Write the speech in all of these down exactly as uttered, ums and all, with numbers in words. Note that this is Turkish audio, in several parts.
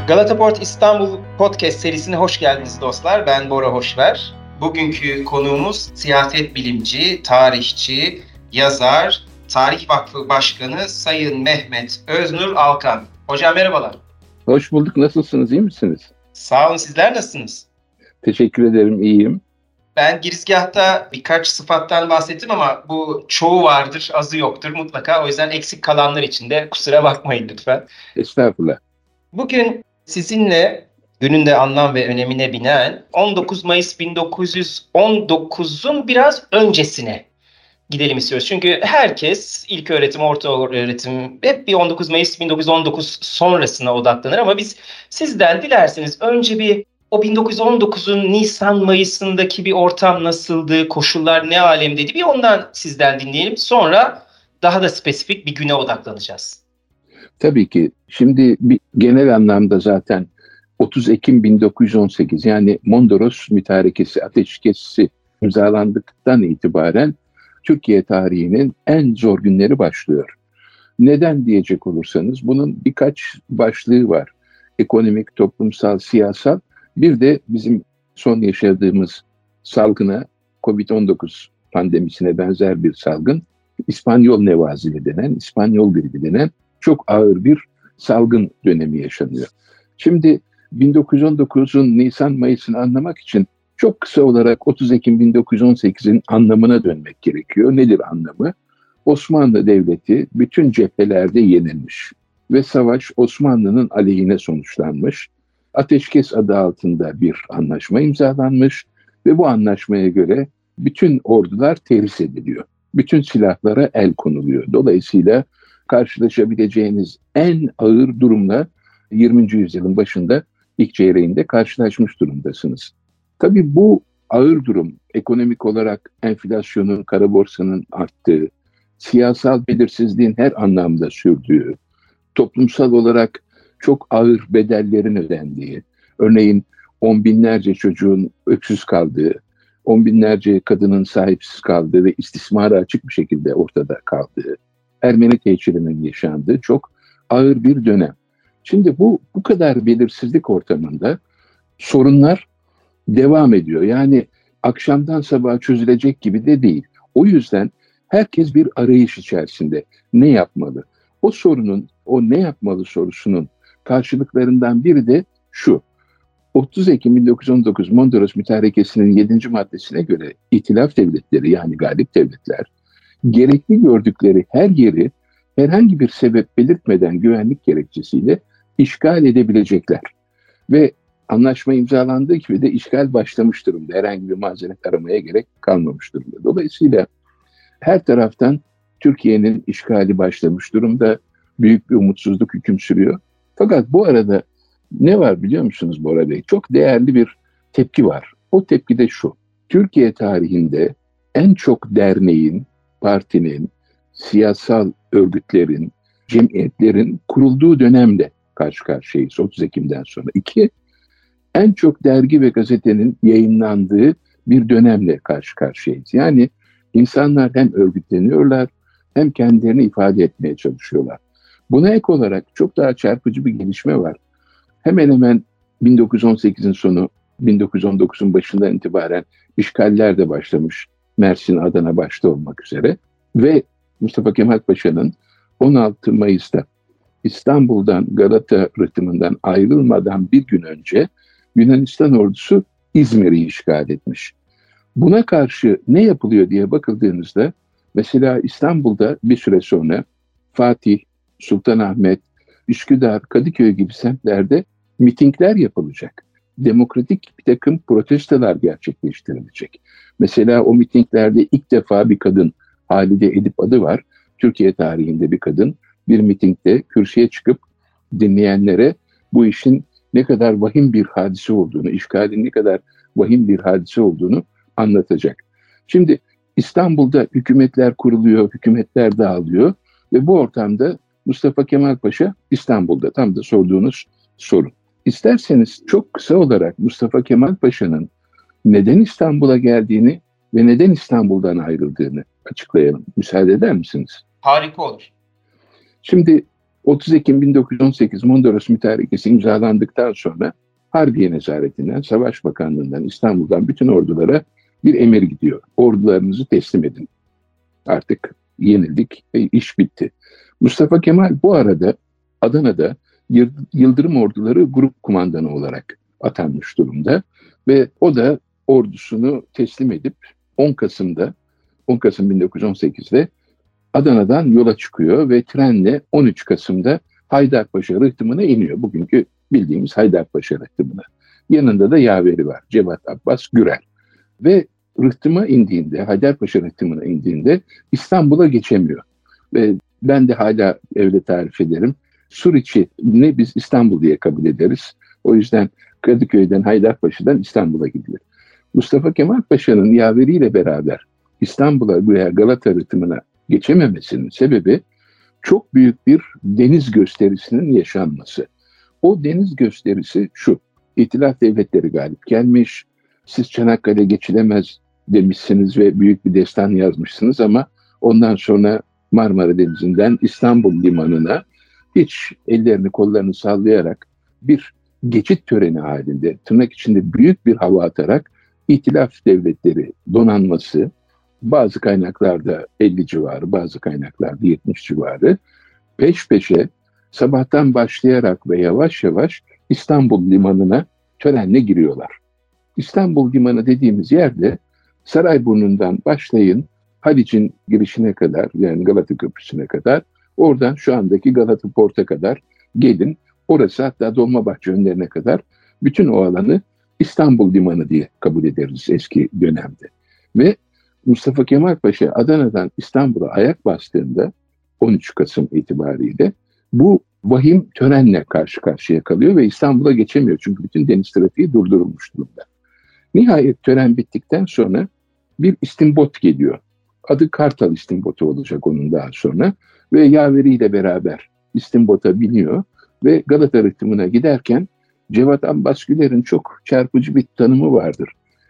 Galata Port İstanbul Podcast serisine hoş geldiniz dostlar. Ben Bora Hoşver. Bugünkü konuğumuz siyaset bilimci, tarihçi, yazar, Tarih Vakfı Başkanı Sayın Mehmet Öznur Alkan. Hocam merhabalar. Hoş bulduk. Nasılsınız? İyi misiniz? Sağ olun. Sizler nasılsınız? Teşekkür ederim. İyiyim. Ben girizgahta birkaç sıfattan bahsettim ama bu çoğu vardır, azı yoktur mutlaka. O yüzden eksik kalanlar için de kusura bakmayın lütfen. Estağfurullah. Bugün sizinle günün de anlam ve önemine binen on dokuz Mayıs bin dokuz yüz on dokuzun biraz öncesine gidelim istiyoruz. Çünkü herkes ilköğretim, ortaöğretim hep bir on dokuz Mayıs bin dokuz yüz on dokuz sonrasına odaklanır ama biz sizden dilerseniz önce bir o bin dokuz yüz on dokuzun Nisan Mayıs'ındaki bir ortam nasıldı, koşullar ne alemdeydi bir ondan sizden dinleyelim. Sonra daha da spesifik bir güne odaklanacağız. Tabii ki. Şimdi bir genel anlamda zaten otuz Ekim bin dokuz yüz on sekiz yani Mondros Mütarekesi, ateşkesi imzalandıktan itibaren Türkiye tarihinin en zor günleri başlıyor. Neden diyecek olursanız bunun birkaç başlığı var. Ekonomik, toplumsal, siyasal. Bir de bizim son yaşadığımız salgına, kovid on dokuz pandemisine benzer bir salgın, İspanyol nevazili denen, İspanyol gribi denen çok ağır bir salgın dönemi yaşanıyor. Şimdi bin dokuz yüz on dokuzun Nisan-Mayıs'ını anlamak için çok kısa olarak otuz Ekim bin dokuz yüz on sekizin anlamına dönmek gerekiyor. Nedir anlamı? Osmanlı Devleti bütün cephelerde yenilmiş ve savaş Osmanlı'nın aleyhine sonuçlanmış. Ateşkes adı altında bir anlaşma imzalanmış ve bu anlaşmaya göre bütün ordular terhis ediliyor. Bütün silahlara el konuluyor. Dolayısıyla karşılaşabileceğiniz en ağır durumla yirminci yüzyılın başında ilk çeyreğinde karşılaşmış durumdasınız. Tabii bu ağır durum ekonomik olarak enflasyonun, kara borsanın arttığı, siyasal belirsizliğin her anlamda sürdüğü, toplumsal olarak çok ağır bedellerin ödendiği, örneğin on binlerce çocuğun öksüz kaldığı, on binlerce kadının sahipsiz kaldığı ve istismara açık bir şekilde ortada kaldığı, Ermeni tehcirinin yaşandığı çok ağır bir dönem. Şimdi bu bu kadar belirsizlik ortamında sorunlar devam ediyor. Yani akşamdan sabaha çözülecek gibi de değil. O yüzden herkes bir arayış içerisinde. Ne yapmalı? O sorunun, o ne yapmalı sorusunun karşılıklarından biri de şu. otuz Ekim bin dokuz yüz on dokuz Mondros Mütarekesi'nin yedinci maddesine göre İtilaf devletleri yani galip devletler gerekli gördükleri her yeri herhangi bir sebep belirtmeden güvenlik gerekçesiyle işgal edebilecekler. Ve anlaşma imzalandığı gibi de işgal başlamış durumda. Herhangi bir mazeret aramaya gerek kalmamış durumda. Dolayısıyla her taraftan Türkiye'nin işgali başlamış durumda. Büyük bir umutsuzluk hüküm sürüyor. Fakat bu arada ne var biliyor musunuz Bora Bey? Çok değerli bir tepki var. O tepki de şu. Türkiye tarihinde en çok derneğin, partinin, siyasal örgütlerin, cemiyetlerin kurulduğu dönemde karşı karşıyayız otuz Ekim'den sonra. İki, en çok dergi ve gazetenin yayınlandığı bir dönemle karşı karşıyayız. Yani insanlar hem örgütleniyorlar hem kendilerini ifade etmeye çalışıyorlar. Buna ek olarak çok daha çarpıcı bir gelişme var. Hemen hemen bin dokuz yüz on sekizin sonu, bin dokuz yüz on dokuzun başından itibaren işgaller de başlamış. Mersin, Adana başta olmak üzere. Ve Mustafa Kemal Paşa'nın on altı Mayıs'ta İstanbul'dan, Galata rıhtımından ayrılmadan bir gün önce Yunanistan ordusu İzmir'i işgal etmiş. Buna karşı ne yapılıyor diye bakıldığınızda mesela İstanbul'da bir süre sonra Fatih, Sultanahmet, Üsküdar, Kadıköy gibi semtlerde mitingler yapılacak. Demokratik bir takım protestolar gerçekleştirilecek. Mesela o mitinglerde ilk defa bir kadın, Halide Edip adı var. Türkiye tarihinde bir kadın bir mitingde kürsüye çıkıp dinleyenlere bu işin ne kadar vahim bir hadise olduğunu, işgalin ne kadar vahim bir hadise olduğunu anlatacak. Şimdi İstanbul'da hükümetler kuruluyor, hükümetler dağılıyor ve bu ortamda Mustafa Kemal Paşa İstanbul'da, tam da sorduğunuz soru. İsterseniz çok kısa olarak Mustafa Kemal Paşa'nın neden İstanbul'a geldiğini ve neden İstanbul'dan ayrıldığını açıklayalım. Müsaade eder misiniz? Harika olur. Şimdi otuz Ekim bin dokuz yüz on sekiz Mondros Mütarekesi imzalandıktan sonra Harbiye Nezaretinden, Savaş Bakanlığı'ndan, İstanbul'dan bütün ordulara bir emir gidiyor. Ordularınızı teslim edin. Artık yenildik, e, iş bitti. Mustafa Kemal bu arada Adana'da Yıldırım Orduları Grup Kumandanı olarak atanmış durumda ve o da ordusunu teslim edip on Kasım'da on Kasım bin dokuz yüz on sekizde Adana'dan yola çıkıyor ve trenle on üç Kasım'da Haydarpaşa Rıhtımı'na iniyor. Bugünkü bildiğimiz Haydarpaşa Rıhtımı'na. Yanında da yaveri var, Cevat Abbas Gürel. Ve Rıhtım'a indiğinde, Haydarpaşa Rıhtımı'na indiğinde İstanbul'a geçemiyor. Ve ben de hala öyle tarif ederim. Suriçi ne biz İstanbul diye kabul ederiz. O yüzden Kadıköy'den, Haydarpaşa'dan İstanbul'a gidiyor. Mustafa Kemal Paşa'nın yaveriyle beraber İstanbul'a veya Galata Rıhtımı'na geçememesinin sebebi çok büyük bir deniz gösterisinin yaşanması. O deniz gösterisi şu: İtilaf devletleri galip gelmiş, siz Çanakkale geçilemez demişsiniz ve büyük bir destan yazmışsınız ama ondan sonra Marmara Denizi'nden İstanbul limanına hiç ellerini kollarını sallayarak bir geçit töreni halinde tırnak içinde büyük bir hava atarak İtilaf devletleri donanması, bazı kaynaklarda elli civarı, bazı kaynaklarda yetmiş civarı peş peşe sabahtan başlayarak ve yavaş yavaş İstanbul limanına törenle giriyorlar. İstanbul limanı dediğimiz yerde Sarayburnu'ndan başlayın Haliç'in girişine kadar, yani Galata Köprüsü'ne kadar, oradan şu andaki Galata Port'a kadar gelin. Orası hatta Dolmabahçe önlerine kadar bütün o alanı İstanbul limanı diye kabul ederiz eski dönemde. Ve Mustafa Kemal Paşa Adana'dan İstanbul'a ayak bastığında on üç Kasım itibariyle bu vahim törenle karşı karşıya kalıyor ve İstanbul'a geçemiyor. Çünkü bütün deniz trafiği durdurulmuş durumda. Nihayet tören bittikten sonra bir istimbot geliyor. Adı Kartal İstimbotu olacak onun daha sonra. Ve yaveriyle beraber istimbota biniyor ve Galata Rıhtımı'na giderken Cevat Abbas Güler'in çok çarpıcı bir tanımı vardır.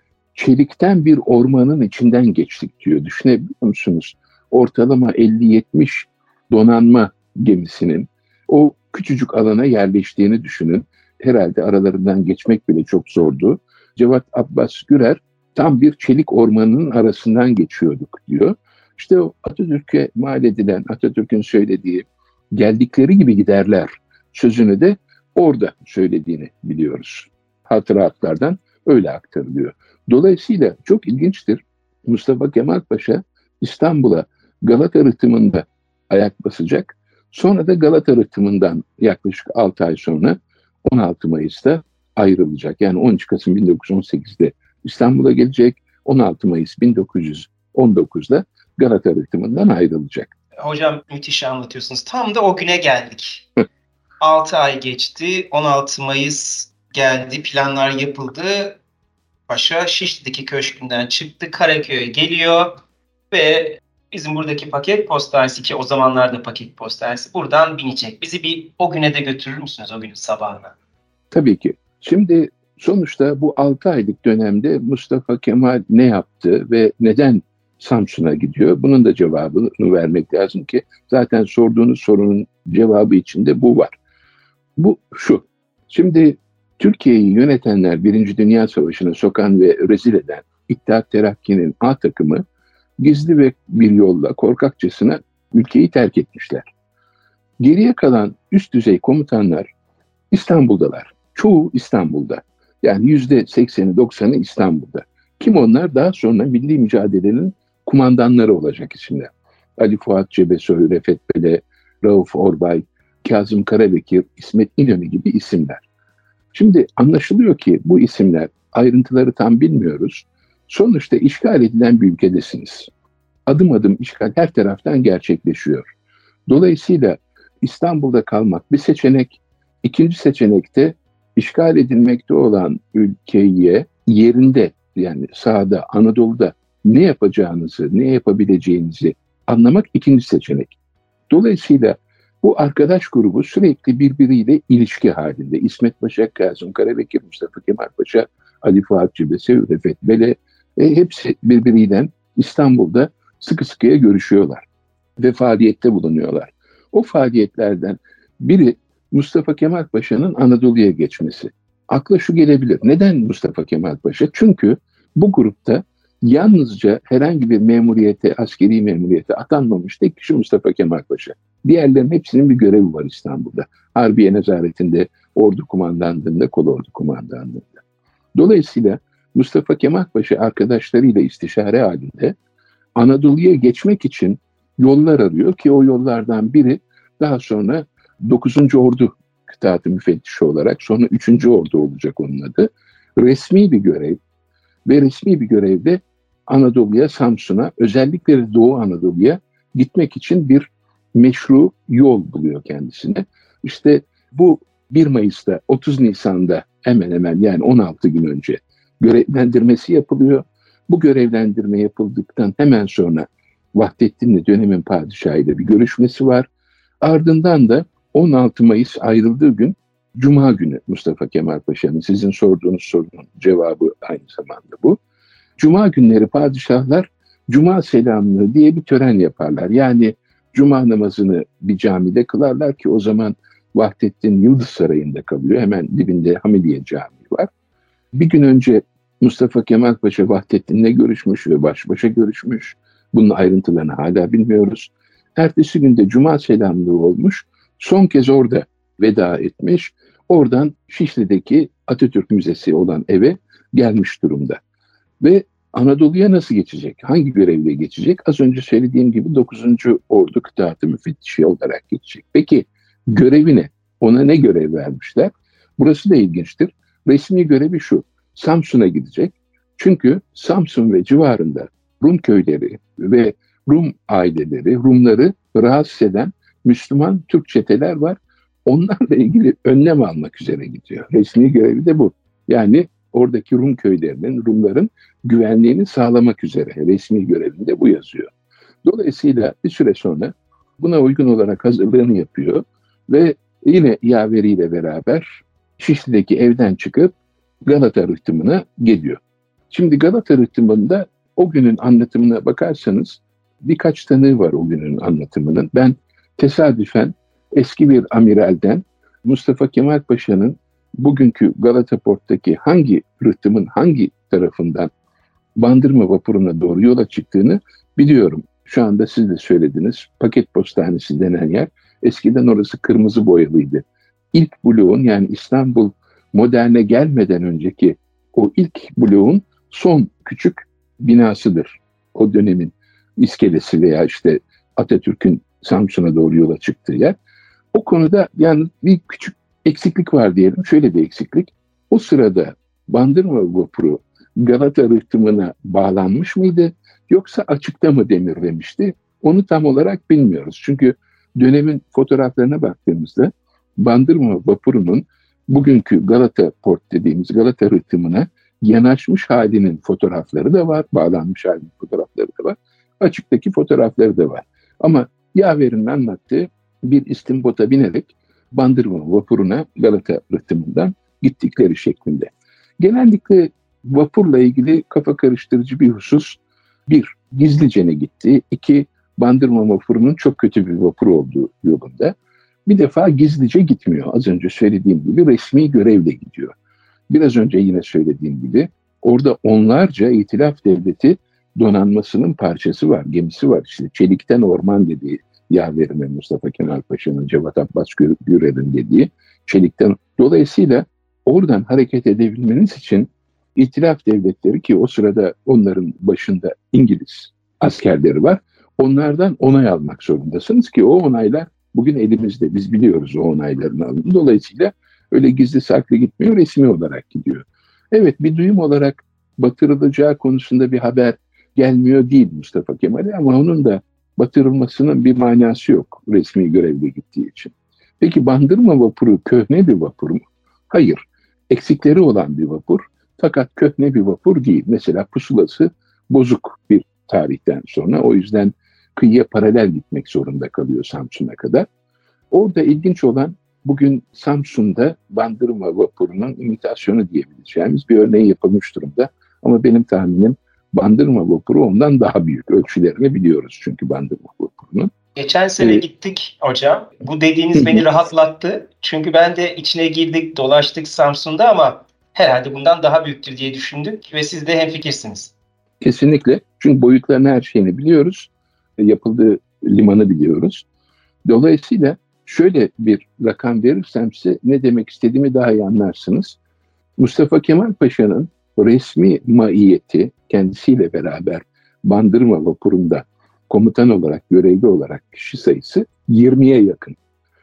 Çelikten bir ormanın içinden geçtik diyor. Düşünebiliyor musunuz? Ortalama elli yetmiş donanma gemisinin o küçücük alana yerleştiğini düşünün. Herhalde aralarından geçmek bile çok zordu. Cevat Abbas Güler tam bir çelik ormanının arasından geçiyorduk diyor. İşte o Atatürk'e mal edilen, Atatürk'ün söylediği geldikleri gibi giderler sözünü de orada söylediğini biliyoruz. Hatıratlardan öyle aktarılıyor. Dolayısıyla çok ilginçtir. Mustafa Kemal Paşa İstanbul'a Galata Rıhtımı'nda ayak basacak. Sonra da Galata Rıhtımı'ndan yaklaşık altı ay sonra on altı Mayıs'ta ayrılacak. Yani on üç Kasım bin dokuz yüz on sekizde İstanbul'a gelecek. on altı Mayıs bin dokuz yüz on dokuzda Galata Rıhtımı'ndan ayrılacak. Hocam müthiş anlatıyorsunuz. Tam da o güne geldik. altı ay geçti. on altı Mayıs geldi. Planlar yapıldı. Paşa Şişli'deki köşkünden çıktı. Karaköy'e geliyor ve bizim buradaki paket postanesi, ki o zamanlarda paket postanesi, buradan binecek. Bizi bir o güne de götürür müsünüz, o günün sabahına? Tabii ki. Şimdi sonuçta bu altı aylık dönemde Mustafa Kemal ne yaptı ve neden Samsun'a gidiyor? Bunun da cevabını vermek lazım ki zaten sorduğunuz sorunun cevabı içinde bu var. Bu şu: şimdi Türkiye'yi yönetenler, Birinci Dünya Savaşı'na sokan ve rezil eden İttihat Terakki'nin A takımı gizli ve bir yolla korkakçasına ülkeyi terk etmişler. Geriye kalan üst düzey komutanlar İstanbul'dalar. Çoğu İstanbul'da. Yani yüzde sekseni doksanı İstanbul'da. Kim onlar? Daha sonra milli mücadelenin kumandanları olacak isimler. Ali Fuat Cebesoy, Refet Bele, Rauf Orbay, Kazım Karabekir, İsmet İnönü gibi isimler. Şimdi anlaşılıyor ki bu isimler, ayrıntıları tam bilmiyoruz. Sonuçta işgal edilen bir ülkedesiniz. Adım adım işgal her taraftan gerçekleşiyor. Dolayısıyla İstanbul'da kalmak bir seçenek. İkinci seçenekte işgal edilmekte olan ülkeye yerinde, yani sahada, Anadolu'da ne yapacağınızı, ne yapabileceğinizi anlamak ikinci seçenek. Dolayısıyla bu arkadaş grubu sürekli birbiriyle ilişki halinde. İsmet Paşa, Kazım Karabekir, Mustafa Kemal Paşa, Ali Fuat Cebesoy, Refet Bele e, hepsi birbiriyle İstanbul'da sıkı sıkıya görüşüyorlar ve faaliyette bulunuyorlar. O faaliyetlerden Biri Mustafa Kemal Paşa'nın Anadolu'ya geçmesi. Akla şu gelebilir. Neden Mustafa Kemal Paşa? Çünkü bu grupta yalnızca herhangi bir memuriyete, askeri memuriyete atanmamış tek kişi Mustafa Kemal Paşa. Diğerlerinin hepsinin bir görevi var İstanbul'da. Harbiye Nezaretinde, ordu kumandanlığında, kolordu kumandanlığında. Dolayısıyla Mustafa Kemal Paşa arkadaşlarıyla istişare halinde Anadolu'ya geçmek için yollar arıyor ki o yollardan biri daha sonra dokuzuncu Ordu Kıtaatı Müfettişi olarak, sonra üçüncü Ordu olacak onun adı. Resmi bir görev ve resmi bir görevde Anadolu'ya, Samsun'a, özellikle de Doğu Anadolu'ya gitmek için bir meşru yol buluyor kendisine. İşte bu bir Mayıs'ta, otuz Nisan'da hemen hemen yani on altı gün önce görevlendirmesi yapılıyor. Bu görevlendirme yapıldıktan hemen sonra Vahdettin'le dönemin padişahıyla bir görüşmesi var. Ardından da on altı Mayıs ayrıldığı gün Cuma günü Mustafa Kemal Paşa'nın sizin sorduğunuz sorunun cevabı aynı zamanda bu. Cuma günleri padişahlar Cuma selamlığı diye bir tören yaparlar. Yani Cuma namazını bir camide kılarlar ki o zaman Vahdettin Yıldız Sarayı'nda kalıyor. Hemen dibinde Hamidiye Camii var. Bir gün önce Mustafa Kemal Paşa Vahdettin'le görüşmüş ve baş başa görüşmüş. Bunun ayrıntılarını hala bilmiyoruz. Ertesi günde Cuma selamlığı olmuş. Son kez orada veda etmiş. Oradan Şişli'deki Atatürk Müzesi olan eve gelmiş durumda. Ve Anadolu'ya nasıl geçecek? Hangi görevle geçecek? Az önce söylediğim gibi dokuzuncu Ordu Kıtaatı Müfettişi olarak geçecek. Peki görevi ne? Ona ne görev vermişler? Burası da ilginçtir. Resmi görevi şu: Samsun'a gidecek. Çünkü Samsun ve civarında Rum köyleri ve Rum aileleri, Rumları rahatsız eden Müslüman Türk çeteler var. Onlarla ilgili önlem almak üzere gidiyor. Resmi görevi de bu. Yani oradaki Rum köylerinin, Rumların güvenliğini sağlamak üzere resmi görevinde bu yazıyor. Dolayısıyla bir süre sonra buna uygun olarak hazırlığını yapıyor ve yine yaveriyle beraber Şişli'deki evden çıkıp Galata Rıhtımı'na geliyor. Şimdi Galata Rıhtımı'nda o günün anlatımına bakarsanız birkaç tanığı var o günün anlatımının. Ben tesadüfen eski bir amiralden Mustafa Kemal Paşa'nın bugünkü Galata Port'taki hangi rıhtımın hangi tarafından Bandırma vapuruna doğru yola çıktığını biliyorum. Şu anda siz de söylediniz. Paket Postanesi denen yer. Eskiden orası kırmızı boyalıydı. İlk bloğun, yani İstanbul moderne gelmeden önceki o ilk bloğun son küçük binasıdır. O dönemin iskelesi veya işte Atatürk'ün Samsun'a doğru yola çıktığı yer. O konuda yani bir küçük eksiklik var diyelim. Şöyle bir eksiklik. O sırada Bandırma vapuru Galata Rıhtımı'na bağlanmış mıydı? Yoksa açıkta mı demirlemişti? Onu tam olarak bilmiyoruz. Çünkü dönemin fotoğraflarına baktığımızda Bandırma vapurunun bugünkü Galata Port dediğimiz Galata Rıhtımı'na yanaşmış halinin fotoğrafları da var. Bağlanmış halinin fotoğrafları da var. Açıktaki fotoğrafları da var. Ama yaverinin anlattığı bir istimbota binerek Bandırma vapuruna Galata Rıhtımı'ndan gittikleri şeklinde. Genellikle vapurla ilgili kafa karıştırıcı bir husus: bir, gizlicene gitti. İki, Bandırma vapurunun çok kötü bir vapur olduğu yolunda. Bir defa gizlice gitmiyor. Az önce söylediğim gibi resmi görevle gidiyor. Biraz önce yine söylediğim gibi orada onlarca İtilaf Devleti donanmasının parçası var, gemisi var. İşte Çelikten Orman dediği yaverine Mustafa Kemal Paşa'nın, Cevat Abbas Gürel'in dediği Çelikten. Dolayısıyla oradan hareket edebilmeniz için İtilaf Devletleri, ki o sırada onların başında İngiliz askerleri var, onlardan onay almak zorundasınız ki o onaylar bugün elimizde. Biz biliyoruz o onayların alındığını. Dolayısıyla öyle gizli saklı gitmiyor, resmi olarak gidiyor. Evet, bir duyum olarak batırılacağı konusunda bir haber gelmiyor değil Mustafa Kemal'e, ama onun da batırılmasının bir manası yok resmi görevle gittiği için. Peki Bandırma vapuru köhne bir vapur mu? Hayır. Eksikleri olan bir vapur, fakat köhne bir vapur değil. Mesela pusulası bozuk bir tarihten sonra, o yüzden kıyıya paralel gitmek zorunda kalıyor Samsun'a kadar. Orada ilginç olan, bugün Samsun'da Bandırma vapurunun imitasyonu diyebileceğimiz bir örneği yapılmış durumda. Ama benim tahminim Bandırma vapuru ondan daha büyük. Ölçülerini biliyoruz çünkü Bandırma vapurunun. Geçen sene Evet. gittik hocam. Bu dediğiniz beni rahatlattı. Çünkü ben de içine girdik, dolaştık Samsun'da ama herhalde bundan daha büyüktür diye düşündük ve siz de hemfikirsiniz. Kesinlikle. Çünkü boyutlarını, her şeyini biliyoruz. Yapıldığı limanı biliyoruz. Dolayısıyla şöyle bir rakam verirsem size ne demek istediğimi daha iyi anlarsınız. Mustafa Kemal Paşa'nın resmi maiyeti, kendisiyle beraber Bandırma vapurunda komutan olarak, görevli olarak kişi sayısı yirmiye yakın.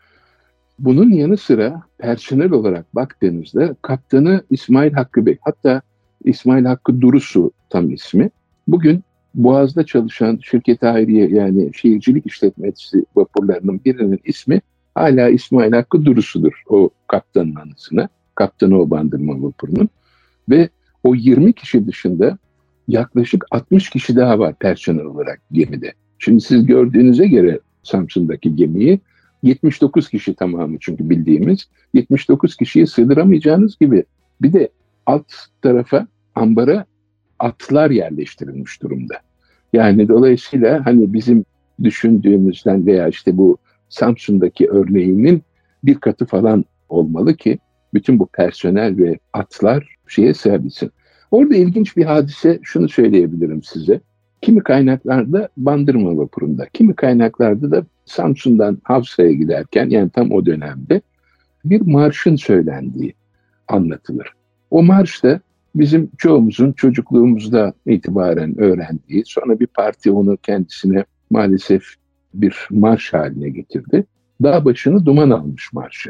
Bunun yanı sıra personel olarak baktığınızda kaptanı İsmail Hakkı Bey, hatta İsmail Hakkı Durusu tam ismi. Bugün Boğaz'da çalışan şirket hayriye, yani şehircilik işletmesi vapurlarının birinin ismi hala İsmail Hakkı Durusu'dur, o kaptanın anısına. Kaptanı o Bandırma vapurunun. Ve o yirmi kişi dışında yaklaşık altmış kişi daha var personel olarak gemide. Şimdi siz gördüğünüze göre Samsun'daki gemiyi yetmiş dokuz kişi tamamı, çünkü bildiğimiz yetmiş dokuz kişiyi sığdıramayacağınız gibi bir de alt tarafa, ambara atlar yerleştirilmiş durumda. Yani dolayısıyla hani bizim düşündüğümüzden veya işte bu Samsun'daki örneğinin bir katı falan olmalı ki bütün bu personel ve atlar şeye sığabilsin. Orada ilginç bir hadise, şunu söyleyebilirim size. Kimi kaynaklarda Bandırma vapurunda, kimi kaynaklarda da Samsun'dan Havsa'ya giderken, yani tam o dönemde bir marşın söylendiği anlatılır. O marş da bizim çoğumuzun çocukluğumuzda itibaren öğrendiği, sonra bir parti onu kendisine maalesef bir marş haline getirdi. Dağ başını duman almış marşı.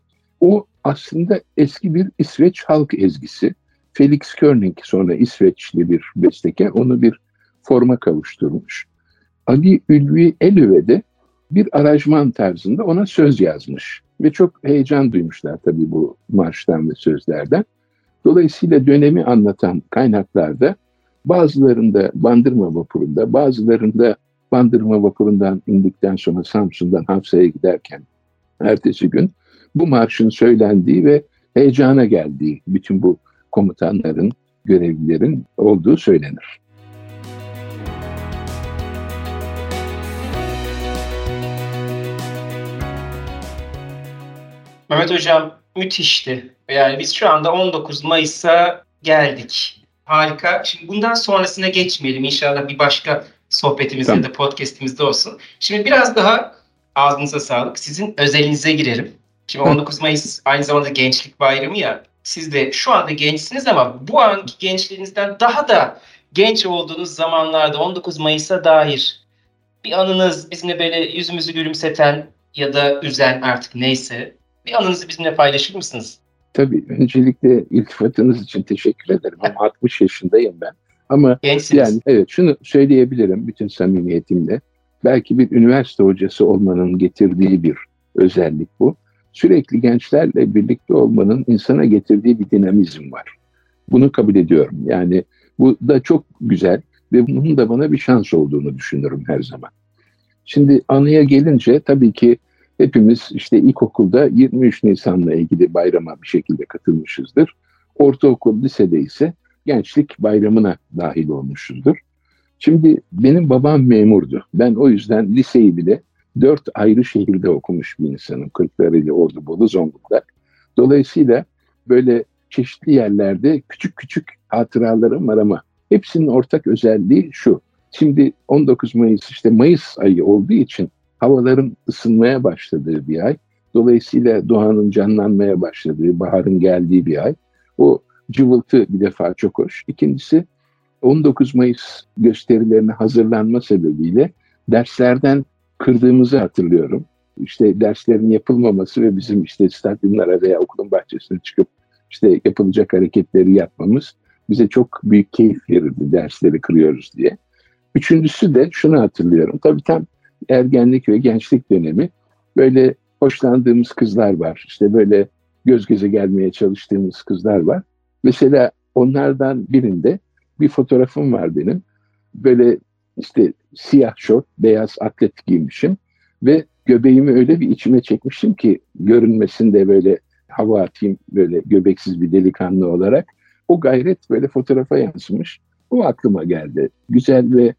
O aslında eski bir İsveç halk ezgisi. Felix Körning, sonra İsveçli bir bestekar, onu bir forma kavuşturmuş. Ali Ülvi Elöve de bir aranjman tarzında ona söz yazmış. Ve çok heyecan duymuşlar tabii bu marştan ve sözlerden. Dolayısıyla dönemi anlatan kaynaklarda bazılarında Bandırma vapurunda, bazılarında Bandırma vapurundan indikten sonra Samsun'dan Havsa'ya giderken ertesi gün bu marşın söylendiği ve heyecana geldiği, bütün bu komutanların, görevlilerin olduğu söylenir. Mehmet Hocam müthişti. Yani biz şu anda on dokuz Mayıs'a geldik. Harika. Şimdi bundan sonrasına geçmeyelim. İnşallah bir başka sohbetimizde Tamam. de podcastimizde olsun. Şimdi biraz daha ağzınıza sağlık. Sizin özelinize girelim. Şimdi on dokuz Mayıs aynı zamanda Gençlik Bayramı ya. Siz de şu anda gençsiniz ama bu anki gençliğinizden daha da genç olduğunuz zamanlarda on dokuz Mayıs'a dair bir anınız, bizimle böyle yüzümüzü gülümseten ya da üzen, artık neyse, bir anınızı bizimle paylaşır mısınız? Tabii, öncelikle iltifatınız için teşekkür ederim. Ama altmış yaşındayım ben. Ama Gençsiniz. yani evet, şunu söyleyebilirim bütün samimiyetimle. Belki bir üniversite hocası olmanın getirdiği bir özellik bu. Sürekli gençlerle birlikte olmanın insana getirdiği bir dinamizm var. Bunu kabul ediyorum. Yani bu da çok güzel ve bunun da bana bir şans olduğunu düşünürüm her zaman. Şimdi anıya gelince tabii ki hepimiz işte ilkokulda yirmi üç Nisan'la ilgili bayrama bir şekilde katılmışızdır. Ortaokul, lisede ise gençlik bayramına dahil olmuşuzdur. Şimdi benim babam memurdu. Ben o yüzden liseyi bile dört ayrı şehirde okumuş bir insanım. Kırklareli, Ordu, Bolu, Zonguldak. Dolayısıyla böyle çeşitli yerlerde küçük küçük hatıralarım var ama hepsinin ortak özelliği şu. Şimdi on dokuz Mayıs, işte Mayıs ayı olduğu için havaların ısınmaya başladığı bir ay. Dolayısıyla doğanın canlanmaya başladığı, baharın geldiği bir ay. O cıvıltı bir defa çok hoş. İkincisi, on dokuz Mayıs gösterilerine hazırlanma sebebiyle derslerden kırdığımızı hatırlıyorum. İşte derslerin yapılmaması ve bizim işte stadyumlara veya okulun bahçesine çıkıp işte yapılacak hareketleri yapmamız bize çok büyük keyif verirdi, dersleri kırıyoruz diye. Üçüncüsü de şunu hatırlıyorum. Tabii tam ergenlik ve gençlik dönemi. Böyle hoşlandığımız kızlar var. İşte böyle göz göze gelmeye çalıştığımız kızlar var. Mesela onlardan birinde bir fotoğrafım var benim. Böyle işte siyah şort, beyaz atlet giymişim ve göbeğimi öyle bir içime çekmişim ki görünmesin de böyle hava atayım, böyle göbeksiz bir delikanlı olarak. O gayret böyle fotoğrafa yansımış. O aklıma geldi. Güzel ve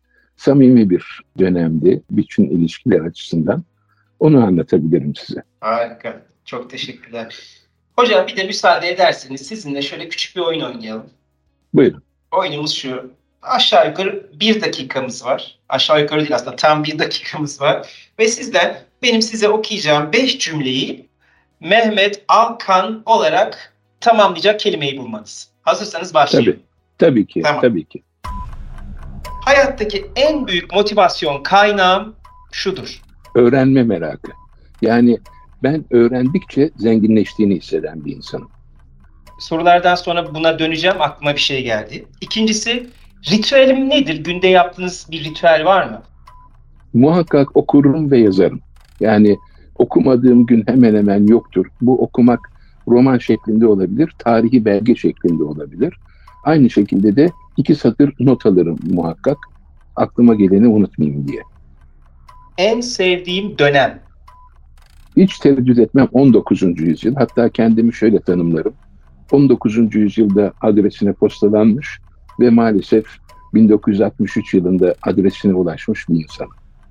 samimi bir dönemdi bütün ilişkiler açısından. Onu anlatabilirim size. Harika. Çok teşekkürler. Hocam bir de müsaade ederseniz sizinle şöyle küçük bir oyun oynayalım. Buyurun. Oyunumuz şu. Aşağı yukarı bir dakikamız var. Aşağı yukarı değil aslında tam bir dakikamız var. Ve sizden benim size okuyacağım beş cümleyi Mehmet Alkan olarak tamamlayacak kelimeyi bulmanız. Hazırsanız başlayalım. Tabii, tabii ki, Tamam. tabii ki. Hayattaki en büyük motivasyon kaynağım şudur. Öğrenme merakı. Yani ben öğrendikçe zenginleştiğini hisseden bir insanım. Sorulardan sonra buna döneceğim. Aklıma bir şey geldi. İkincisi, ritüelim nedir? Günde yaptığınız bir ritüel var mı? Muhakkak okurum ve yazarım. Yani okumadığım gün hemen hemen yoktur. Bu okumak roman şeklinde olabilir, tarihi belge şeklinde olabilir. Aynı şekilde de iki satır not alırım muhakkak. Aklıma geleni unutmayayım diye. En sevdiğim dönem. Hiç tereddüt etmem on dokuzuncu yüzyıl. Hatta kendimi şöyle tanımlarım. on dokuzuncu yüzyılda adresine postalanmış ve maalesef bin dokuz yüz altmış üç yılında adresine ulaşmış bir insan.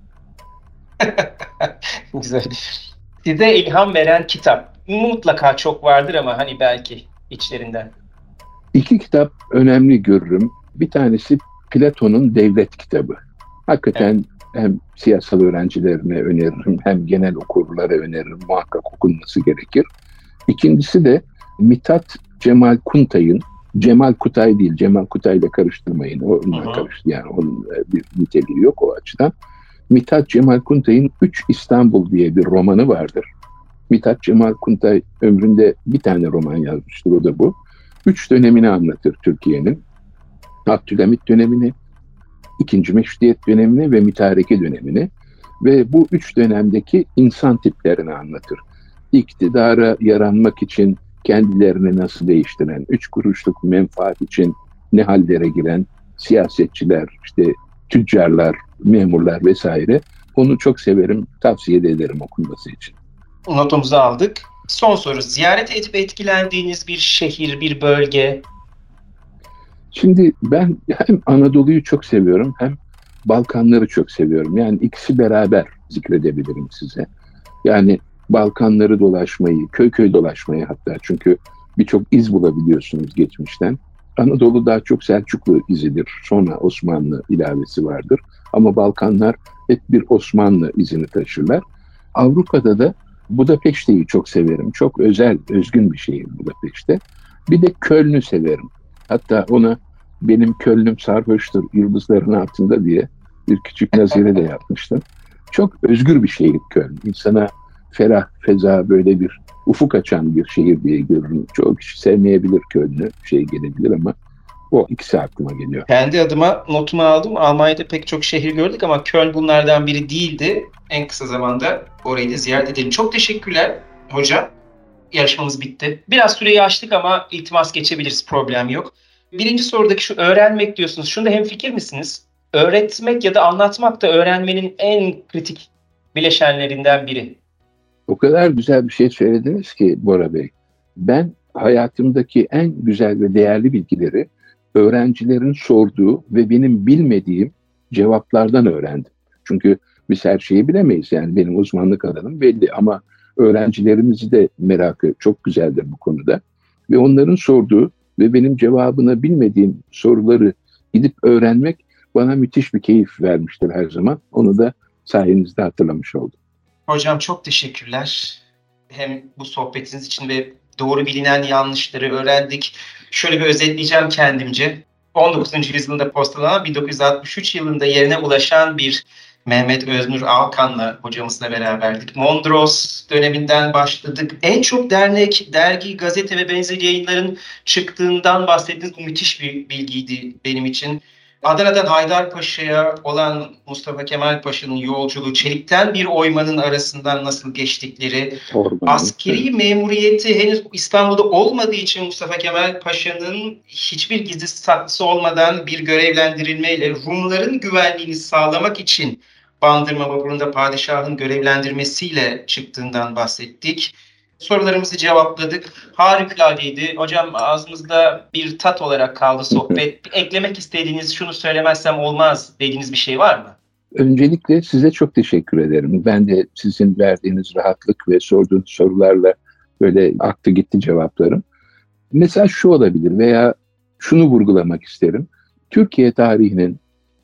Güzel. Size ilham veren kitap. Mutlaka çok vardır ama hani belki içlerinden. İki kitap önemli görürüm. Bir tanesi Platon'un Devlet kitabı. Hakikaten evet. Hem siyasal öğrencilerine öneririm hem genel okurlara öneririm. Muhakkak okunması gerekir. İkincisi de Mithat Cemal Kuntay'ın, Cemal Kutay değil, Cemal Kutay'la karıştırmayın. Onunla karıştı yani onun bir niteliği yok o açıdan. Mithat Cemal Kuntay'ın Üç İstanbul diye bir romanı vardır. Mithat Cemal Kuntay ömründe bir tane roman yazmıştır, o da bu. Üç dönemini anlatır Türkiye'nin. Abdülhamit dönemini, İkinci Meşrutiyet dönemini ve mütareke dönemini. Ve bu üç dönemdeki insan tiplerini anlatır. İktidara yaranmak için kendilerini nasıl değiştiren, üç kuruşluk menfaat için ne hallere giren siyasetçiler, işte tüccarlar, memurlar vesaire. Onu çok severim, tavsiye de ederim okunması için. Notumuzu aldık. Son soru. Ziyaret edip etkilendiğiniz bir şehir, bir bölge? Şimdi ben hem Anadolu'yu çok seviyorum hem Balkanları çok seviyorum. Yani ikisi beraber zikredebilirim size. Yani Balkanları dolaşmayı, köy köy dolaşmayı hatta, çünkü birçok iz bulabiliyorsunuz geçmişten. Anadolu daha çok Selçuklu izidir. Sonra Osmanlı ilavesi vardır. Ama Balkanlar hep bir Osmanlı izini taşırlar. Avrupa'da da Budapeşte'yi çok severim. Çok özel, özgün bir şehir Budapeşte. Bir de Köln'ü severim. Hatta ona benim Köln'üm sarhoştur yıldızların altında diye bir küçük nazire de yapmıştım. Çok özgür bir şehir Köln. İnsana ferah, feza, böyle bir ufuk açan bir şehir diye görünür. Çoğu kişi sevmeyebilir Köln'ü, şey gelebilir ama o ikisi aklıma geliyor. Kendi adıma notumu aldım. Almanya'da pek çok şehir gördük ama Köln bunlardan biri değildi. En kısa zamanda orayı da ziyaret edelim. Çok teşekkürler hocam. Yarışmamız bitti. Biraz süreyi aştık ama iltimas geçebiliriz, problem yok. Birinci sorudaki şu öğrenmek diyorsunuz. Şunda hemfikir misiniz? Öğretmek ya da anlatmak da öğrenmenin en kritik bileşenlerinden biri. O kadar güzel bir şey söylediniz ki Bora Bey. Ben hayatımdaki en güzel ve değerli bilgileri öğrencilerin sorduğu ve benim bilmediğim cevaplardan öğrendim. Çünkü biz her şeyi bilemeyiz. Yani benim uzmanlık alanım belli ama öğrencilerimizi de merakı çok güzeldir bu konuda. Ve onların sorduğu ve benim cevabını bilmediğim soruları gidip öğrenmek bana müthiş bir keyif vermiştir her zaman. Onu da sayenizde hatırlamış oldum. Hocam çok teşekkürler. Hem bu sohbetiniz için ve doğru bilinen yanlışları öğrendik. Şöyle bir özetleyeceğim kendimce. on dokuzuncu yüzyılda postalanan, bin dokuz yüz altmış üç yılında yerine ulaşan bir Mehmet Öznur Alkan'la hocamızla beraberdik. Mondros döneminden başladık. En çok dernek, dergi, gazete ve benzeri yayınların çıktığından bahsettiğiniz bu müthiş bir bilgiydi benim için. Adana'dan Haydarpaşa'ya olan Mustafa Kemal Paşa'nın yolculuğu, çelikten bir oymanın arasından nasıl geçtikleri, Orman, askeri evet. memuriyeti henüz İstanbul'da olmadığı için Mustafa Kemal Paşa'nın hiçbir gizli saklısı olmadan bir görevlendirilmeyle Rumların güvenliğini sağlamak için Bandırma vapurunda padişahın görevlendirmesiyle çıktığından bahsettik. Sorularımızı cevapladık. Harikuladeydi. Hocam ağzımızda bir tat olarak kaldı sohbet. Eklemek istediğiniz, şunu söylemezsem olmaz dediğiniz bir şey var mı? Öncelikle size çok teşekkür ederim. Ben de sizin verdiğiniz rahatlık ve sorduğunuz sorularla böyle aktı gitti cevaplarım. Mesela şu olabilir veya şunu vurgulamak isterim. Türkiye tarihinin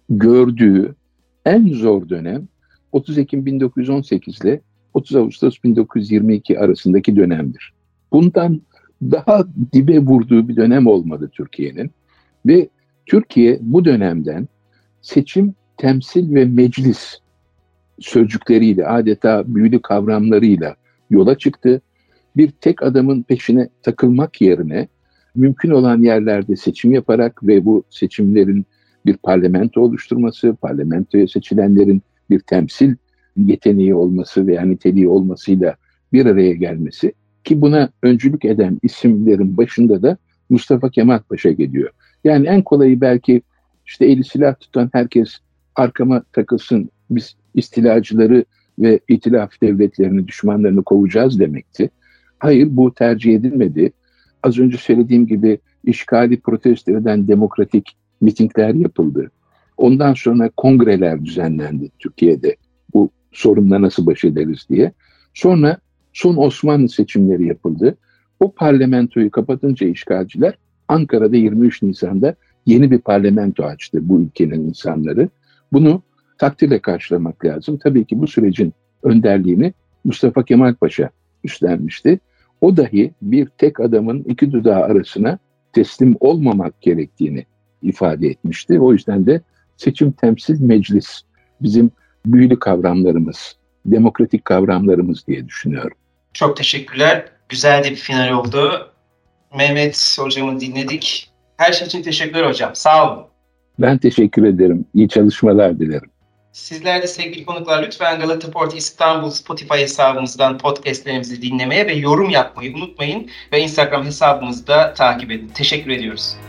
gördüğü en zor dönem otuz Ekim bin dokuz yüz on sekiz ile otuz Ağustos bin dokuz yüz yirmi iki arasındaki dönemdir. Bundan daha dibe vurduğu bir dönem olmadı Türkiye'nin. Ve Türkiye bu dönemden seçim, temsil ve meclis sözcükleriyle, adeta büyülü kavramlarıyla yola çıktı. Bir tek adamın peşine takılmak yerine mümkün olan yerlerde seçim yaparak ve bu seçimlerin bir parlamento oluşturması, parlamentoya seçilenlerin bir temsil yeteneği olması veya niteliği olmasıyla bir araya gelmesi, ki buna öncülük eden isimlerin başında da Mustafa Kemal Paşa geliyor. Yani en kolayı belki işte eli silah tutan herkes arkama takılsın, biz istilacıları ve itilaf devletlerini, düşmanlarını kovacağız demekti. Hayır, bu tercih edilmedi. Az önce söylediğim gibi işgali protesto eden demokratik mitingler yapıldı. Ondan sonra kongreler düzenlendi Türkiye'de. Bu sorunla nasıl baş ederiz diye. Sonra son Osmanlı seçimleri yapıldı. O parlamentoyu kapatınca işgalciler Ankara'da yirmi üç Nisan'da yeni bir parlamento açtı bu ülkenin insanları. Bunu takdirle karşılamak lazım. Tabii ki bu sürecin önderliğini Mustafa Kemal Paşa üstlenmişti. O dahi bir tek adamın iki dudağı arasına teslim olmamak gerektiğini ifade etmişti. O yüzden de seçim, temsil, meclis bizim büyülü kavramlarımız, demokratik kavramlarımız diye düşünüyorum. Çok teşekkürler. Güzel de bir final oldu. Mehmet hocamı dinledik. Her şey için teşekkürler hocam. Sağ olun. Ben teşekkür ederim. İyi çalışmalar dilerim. Sizler de sevgili konuklar lütfen Galata Port İstanbul Spotify hesabımızdan podcastlerimizi dinlemeye ve yorum yapmayı unutmayın ve Instagram hesabımızda takip edin. Teşekkür ediyoruz.